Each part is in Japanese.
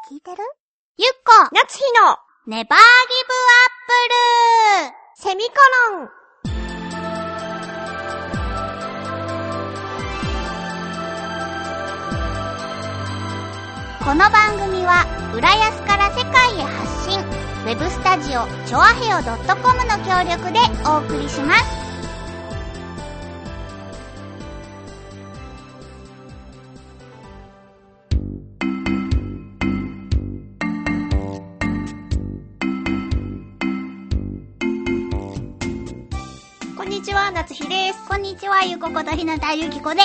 聞いてる？ゆっこ夏日のネバーギブアップルセミコロン。 この番組は浦安から世界へ発信、ウェブスタジオチョアヘオ .com の協力でお送りします。 こんにちは、夏日です。 こんにちは、ゆこことひなたゆきこです。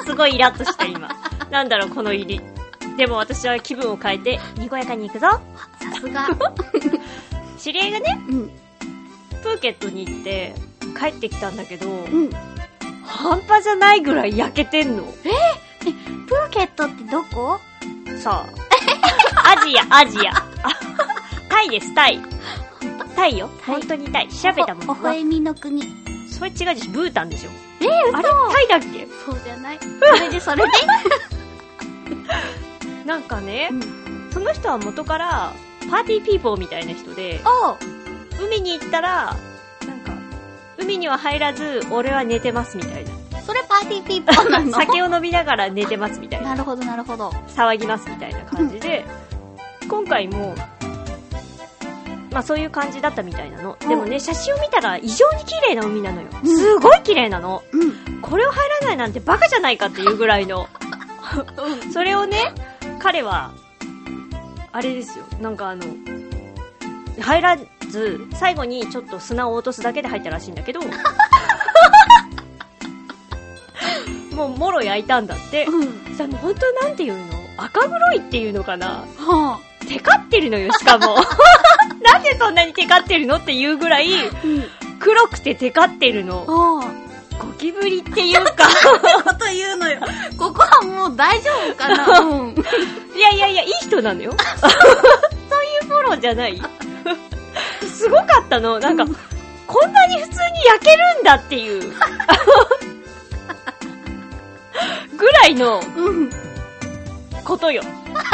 すごいイラッとして今。なんだろう、この入り。でも私は気分を変えて、にこやかに行くぞ。 さすが。 知り合いがね、 うん。 プーケットに行って帰ってきたんだけど、 うん。 半端じゃないぐらい焼けてんの。 プーケットってどこ？ さあ。アジア。タイです、タイ。タイよ。本当にタイ。調べたもん。 微笑みの国。 それ違うでしょ、ブータンでしょ。 嘘。 あれタイだっけ？ そうじゃない。それでなんかね、 うん、 その人は元からパーティーピーポーみたいな人で、海に行ったら、なんか、海には入らず、俺は寝てますみたいな。 それパーティーピーポーなの？ 酒を飲みながら寝てますみたいな。 なるほど、なるほど。 騒ぎますみたいな感じで、今回も、まあそういう感じだったみたいなの。でもね、写真を見たら異常に綺麗な海なのよ。すごい綺麗なの。 うん。 これを入らないなんてバカじゃないかっていうぐらいの。それをね、彼は、あれですよ。なんか入らず、最後にちょっと砂を落とすだけで入ったらしいんだけど、もうもろ焼いたんだって。さ、もう本当なんていうの？赤黒いっていうのかな？ はぁ。テカってるのよ、しかも。なんでそんなにテカってるのっていうぐらい、黒くてテカってるの。ゴキブリっていうか。 なんてこと言うのよ。ここはもう大丈夫かな？ いや、いい人なのよ。そういうフォローじゃない。すごかったの。なんか、こんなに普通に焼けるんだっていう。ぐらいの、ことよ。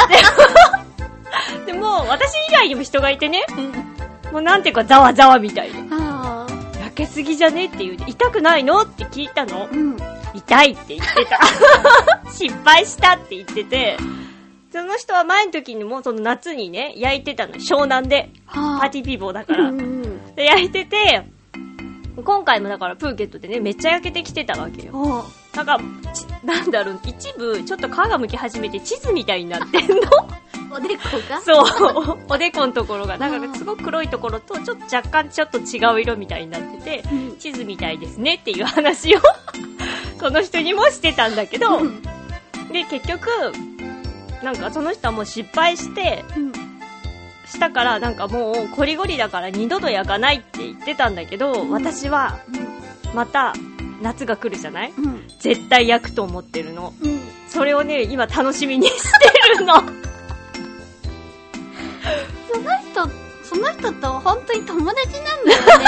でも、私以外にも人がいてね、もうなんていうかざわざわみたいな。焼けすぎじゃねって言うて、痛くないのって聞いたの。痛いって言ってた。失敗したって言ってて、その人は前の時にもその夏にね、焼いてたの。湘南で。パーティーピーポーだから。で、焼いてて、今回もだからプーケットでね、めっちゃ焼けてきてたわけよ。なんか、なんだろう、一部ちょっと皮が剥き始めて地図みたいになってんの。 おでこが？ そう。おでこのところが、なんかすごく黒いところと、ちょっと若干ちょっと違う色みたいになってて、地図みたいですねっていう話を、その人にもしてたんだけど、で、結局、なんかその人はもう失敗して、したからなんかもうコリゴリだから二度と焼かないって言ってたんだけど、私は、また夏が来るじゃない？絶対焼くと思ってるの。それをね、今楽しみにしてるの。 その人と本当に友達なんだよね。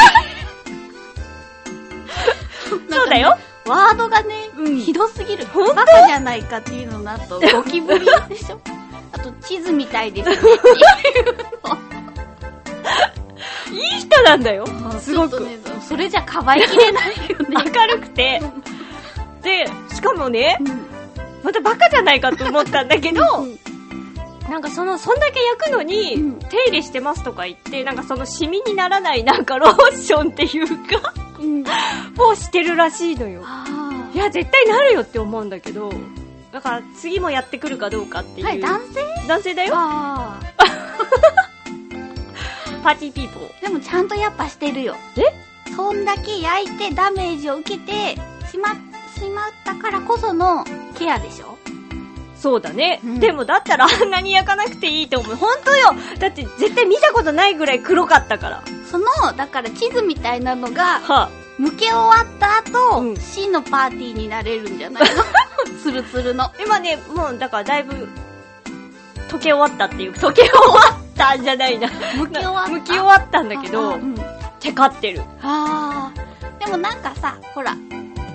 そうだよ。 ワードがね、ひどすぎる。バカじゃないかっていうのだと、ゴキブリでしょ。あと、地図みたいですねっていうの。 いい人なんだよ。すごく。 ね、それじゃかばいきれないよね。 明るくて。で、しかもね、またバカじゃないかと思ったんだけど、なんかそんだけ焼くのに、手入れしてますとか言って、なんかそのシミにならないなんかローションっていうか、をしてるらしいのよ。いや、絶対なるよって思うんだけど、だから次もやってくるかどうかっていう。はい、男性だよ。パーティーピーポー。 でもちゃんとやっぱしてるよ。そんだけ焼いてダメージを受けてしまったからこそのケアでしょ？ そうだね。でもだったらあんなに焼かなくていいと思う。ほんとよ。だって絶対見たことないぐらい黒かったから。 だから地図みたいなのが、剥け終わった後、真のパーティーになれるんじゃないの？ツルツルの。 今ね、もうだからだいぶ、溶け終わったっていう、溶け終わったんじゃないな。 剥き終わったんだけど、テカってる。 でもなんかさ、ほら、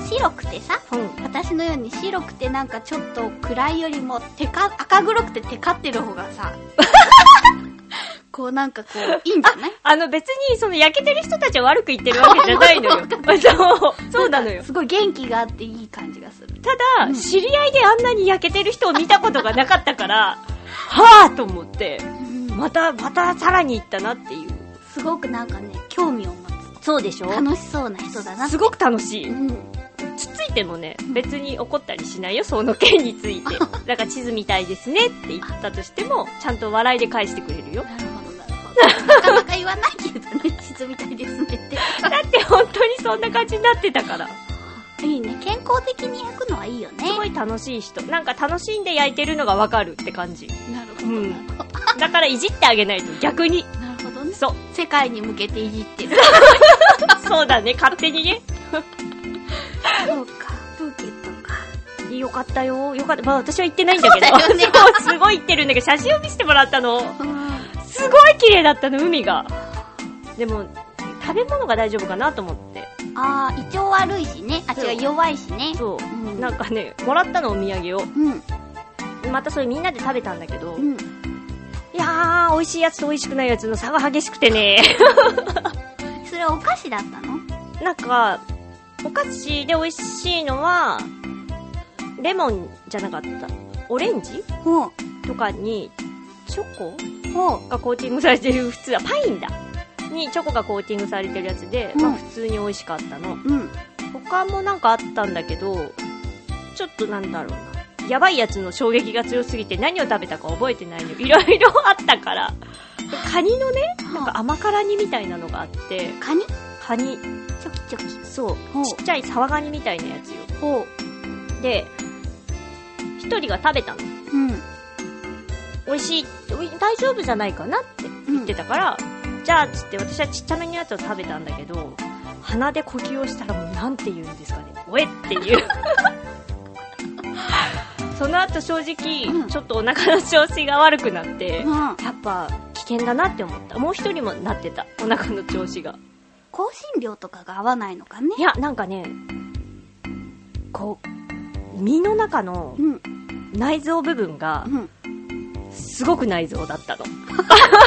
白くてさ、 うん、 私のように白くてなんかちょっと暗いよりも赤黒くてテカってる方がさ、こうなんかこう、いいんじゃない？ 別にその焼けてる人たちは悪く言ってるわけじゃないのよ。そうなのよ。 すごい元気があっていい感じがする。 ただ、知り合いであんなに焼けてる人を見たことがなかったから、はぁと思って、またさらに行ったなっていう。 すごくなんかね、興味を持つ。 そうでしょ？ 楽しそうな人だなって。 すごく楽しい。つっついてもね、別に怒ったりしないよ、その件について。だから地図みたいですねって言ったとしても、ちゃんと笑いで返してくれるよ。 なるほど。なかなか言わないけどね、地図みたいですねって。 だって本当にそんな感じになってたから。 いいね、健康的に焼くのはいいよね。 すごい楽しい人。なんか楽しんで焼いてるのがわかるって感じ。 なるほど。 だからいじってあげないと、逆に。 なるほどね。 そう。 世界に向けていじってる。 そうだね、勝手にね。 そうか、プーケットか。 よかったよ、よかった。まあ私は行ってないんだけど。 そうだよね。 すごい行ってるんだけど、写真を見せてもらったの。すごい綺麗だったの、海が。でも、食べ物が大丈夫かなと思って。 あー、胃腸悪いしね。あ、違う、弱いしね。 そう。なんかね、もらったのお土産を。またそれみんなで食べたんだけど。いやー、美味しいやつと美味しくないやつの差が激しくてね。 それはお菓子だったの？ なんか、お菓子で美味しいのは、レモンじゃなかった。オレンジとかに、チョコがコーティングされてる、普通はパインだにチョコがコーティングされてるやつで、まあ普通に美味しかったの。他もなんかあったんだけど、ちょっとなんだろうな、やばいやつの衝撃が強すぎて何を食べたか覚えてないの。いろいろあったから。カニのね、なんか甘辛煮みたいなのがあって。 カニチョキチョキ。そう。ちっちゃいサワガニみたいなやつよ。で、一人が食べたの。美味しい、大丈夫じゃないかなって言ってたから、じゃあつって私はちっちゃめのやつを食べたんだけど、鼻で呼吸をしたらもうなんて言うんですかね、おえっていうその後正直、ちょっとお腹の調子が悪くなって、やっぱ危険だなって思った。もう一人もなってた、お腹の調子が。 香辛料とかが合わないのかね。 いや、なんかね、こう身の中の内臓部分が、すごく内臓だったの。なる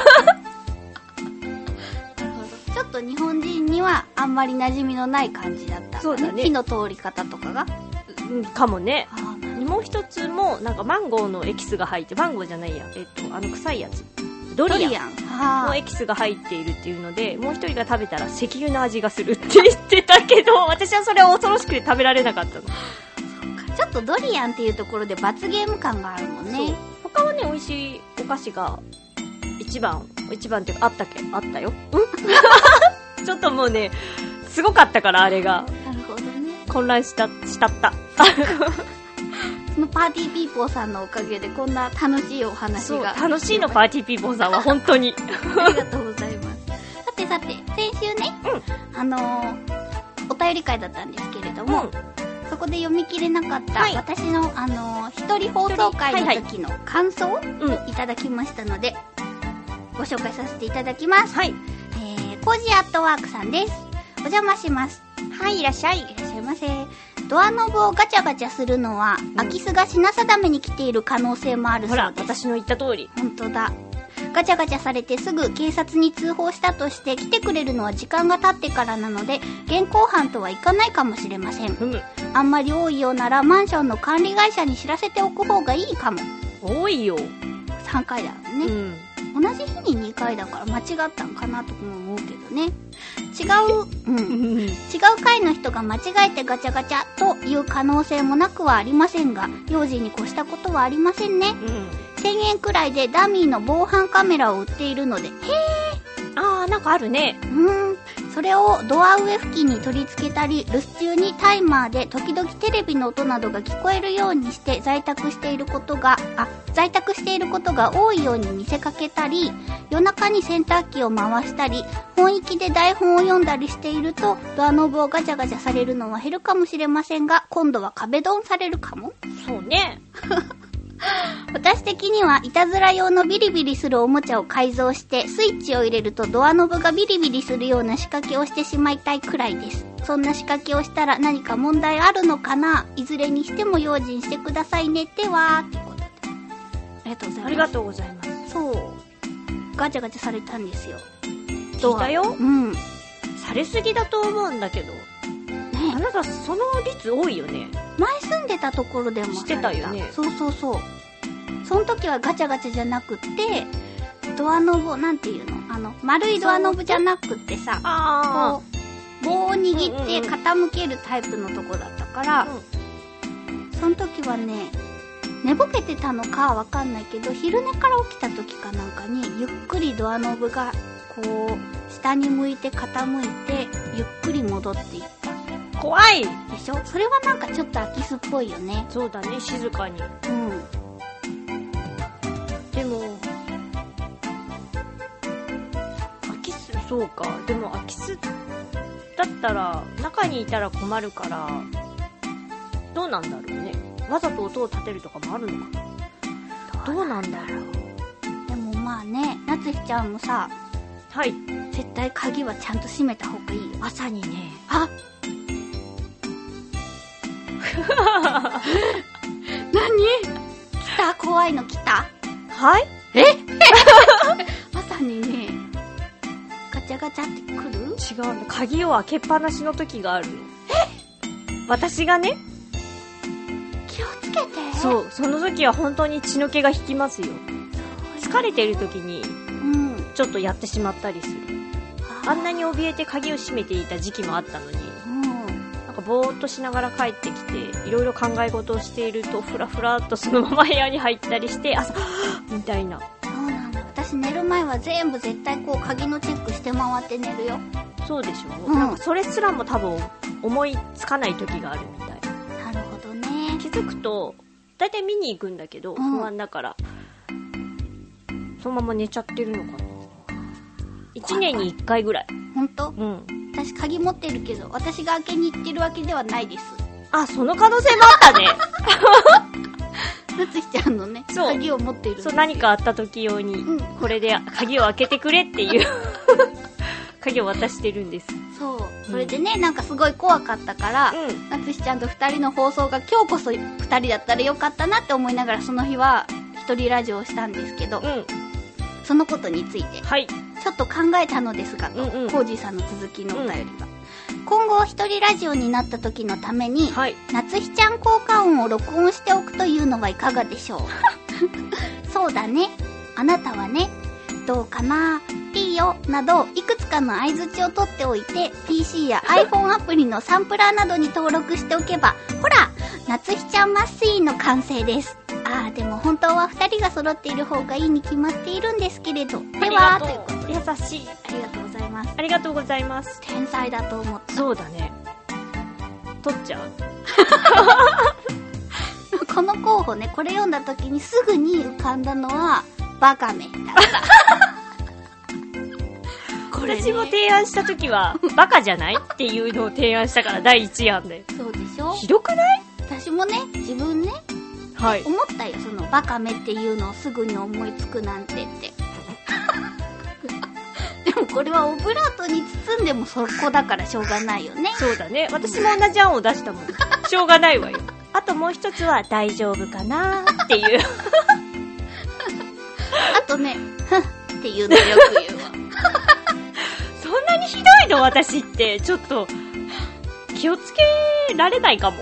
ほど。ちょっと日本人にはあんまり馴染みのない感じだった、ね。 そうだね。 火の通り方とかが。 かもね。もう一つもなんかマンゴーのエキスが入って、マンゴーじゃないや、臭いやつ。ドリアンのエキスが入っているっていうので、もう一人が食べたら石油の味がするって言ってたけど、私はそれは恐ろしくて食べられなかったの。 ちょっとドリアンっていうところで罰ゲーム感があるもんね。 他はね、美味しいお菓子が一番っていうか、あったよ。ちょっともうね、すごかったから、あれが。 なるほどね。 混乱したった。 そのパーティーピーポーさんのおかげでこんな楽しいお話が。 楽しいの、パーティーピーポーさんは本当に。 ありがとうございます。さて、先週ね、お便り会だったんですけれども、そこで読み切れなかった、私の一人放送会の時の感想をいただきましたので、ご紹介させていただきます。コージーアットワークさんです。お邪魔します。はい、いらっしゃい。いらっしゃいませ。ドアノブをガチャガチャするのは、空き巣が品定めに来ている可能性もあるそうです。 ほら、私の言った通り。 本当だ。ガチャガチャされてすぐ警察に通報したとして来てくれるのは時間が経ってからなので、現行犯とはいかないかもしれません。あんまり多いようならマンションの管理会社に知らせておく方がいいかも。 多いよ。 3回だよね。同じ日に2回だから間違ったんかなとも思うけどね。違う階の人が間違えてガチャガチャという可能性もなくはありませんが、用心に越したことはありませんね。1000円くらいでダミーの防犯カメラを売っているので、 なんかあるね。 それをドア上付近に取り付けたり、留守中にタイマーで時々テレビの音などが聞こえるようにして在宅していることが多いように見せかけたり、夜中に洗濯機を回したり、本域で台本を読んだりしていると、ドアノブをガチャガチャされるのは減るかもしれませんが、今度は壁ドンされるかも。 そうね。 私的にはいたずら用のビリビリするおもちゃを改造してスイッチを入れるとドアノブがビリビリするような仕掛けをしてしまいたいくらいです。そんな仕掛けをしたら何か問題あるのかな。いずれにしても用心してくださいねってはってことで。ありがとうございます。 ありがとうございます。 そう。ガチャガチャされたんですよ。 聞いたよ。 うん。 されすぎだと思うんだけど。ね、あなたその率多いよね。 前住んでたところでもしてたよね。 そうそうそう。その時はガチャガチャじゃなくって、ドアノブ、なんていうの？丸いドアノブじゃなくってさ、こう、棒を握って傾けるタイプのとこだったから、その時はね、寝ぼけてたのかわかんないけど、昼寝から起きた時かなんかに、ゆっくりドアノブが、こう、下に向いて傾いて、ゆっくり戻っていった。 怖いでしょ？それはなんかちょっと空き巣っぽいよね。 そうだね、静かに。 うん。 でも、空き巣、そうか。でも空き巣だったら、中にいたら困るから、どうなんだろうね。わざと音を立てるとかもあるのかな。どうなんだろう。 でもまあね、なつひちゃんもさ、 はい。 絶対鍵はちゃんと閉めた方がいいよ。 まさにね。 あ何？来た？怖いの来た？ はい？ まさにね、ガチャガチャって来る？ 違うの。鍵を開けっぱなしの時があるの。私がね。 気をつけて。 そう、その時は本当に血の気が引きますよ。疲れてる時に、ちょっとやってしまったりする。あんなに怯えて鍵を閉めていた時期もあったのに、なんかぼーっとしながら帰ってきて、いろいろ考え事をしていると、ふらふらっとそのまま部屋に入ったりして、朝、みたいな。 そうなんだ。私寝る前は全部絶対こう鍵のチェックして回って寝るよ。 そうでしょ？なんかそれすらも多分思いつかない時があるみたい。 なるほどね。 気づくと、だいたい見に行くんだけど、不安だから、そのまま寝ちゃってるのかな。1年に1回ぐらい。 ほんと？ うん。 私鍵持ってるけど、私が開けに行ってるわけではないです。 あ、その可能性もあったね。 なつひちゃんのね、鍵を持ってる。 そう、何かあった時用に、これで鍵を開けてくれっていう鍵を渡してるんです。 そう。それでね、なんかすごい怖かったから、なつひちゃんと2人の放送が今日こそ2人だったらよかったなって思いながら、その日は一人ラジオをしたんですけど、そのことについて、ちょっと考えたのですが、コージーさんの続きのお便りが。今後一人ラジオになった時のために、なつひちゃん効果音を録音しておくというのはいかがでしょう？そうだね。あなたはね、どうかな、いいよ、など、いくつかの相槌を取っておいて、PC や iPhone アプリのサンプラーなどに登録しておけば、ほら、なつひちゃんマッシーの完成です。あー、でも本当は2人が揃っている方がいいに決まっているんですけれど。では、ということで。 優しい。 ありがとうございます。 ありがとうございます。 天才だと思った。 そうだね。取っちゃうこの候補ね、これ読んだ時にすぐに浮かんだのは、バカめだった。 これ、ね、私も提案した時は、バカじゃないっていうのを提案したから第一案で。 そうでしょ？ ひどくない？ 私もね、自分ね、思ったよ、そのバカめっていうのをすぐに思いつくなんてって。でもこれはオブラートに包んでもそこだからしょうがないよね。 そうだね。私も同じ案を出したもん。しょうがないわよ。あともう一つは大丈夫かなっていう。 あとね、ふんっていうのよく言うわ。 そんなにひどいの私って、ちょっと気をつけられないかも。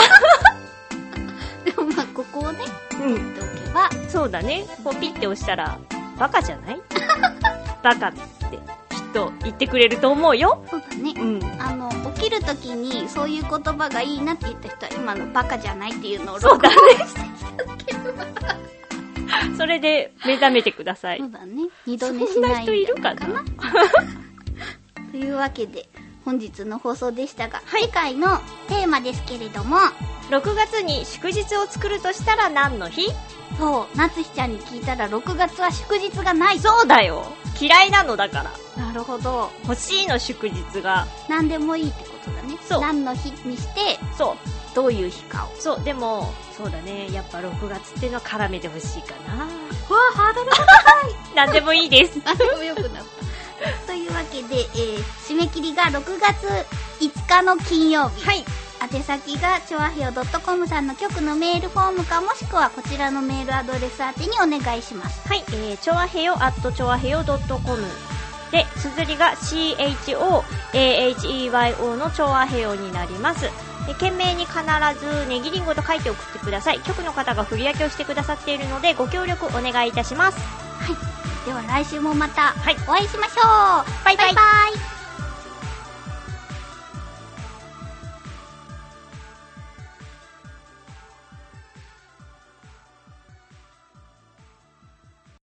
でもまあここをね、言っておけば、 そうだね。こうピッて押したらバカじゃない？バカってきっと言ってくれると思うよ。 そうだね。起きるときにそういう言葉がいいなって言った人は今のバカじゃないっていうのを録音してきたけど。 それで目覚めてください。 そうだね。二度寝しない。 そんな人いるかな？ というわけで本日の放送でしたが、次回のテーマですけれども、 6月に祝日を作るとしたら何の日？ そう、なつひちゃんに聞いたら6月は祝日がない。 そうだよ。嫌いなのだから。 なるほど。 欲しいの祝日が。 何でもいいってことだね。 そう。 何の日にして、 そう。 どういう日かを。 そう、でも、そうだね。やっぱ6月っていうのは絡めてほしいかな。 わあ、ハードルが高い。 なんでもいいです。 なんでもよくなった。というわけで、締め切りが6月5日の金曜日。はい。宛先がちょわへよ .com さんの局のメールフォームか、もしくはこちらのメールアドレス宛てにお願いします。 はい、ちょわへよちょわへよ .com で、綴りが CHOAHEYO のちょわへよになります。懸命に必ずネギリンゴと書いて送ってください。局の方が振り分けをしてくださっているのでご協力お願いいたします。 はい。では来週もまたお会いしましょう。バイバイ。バイバイ。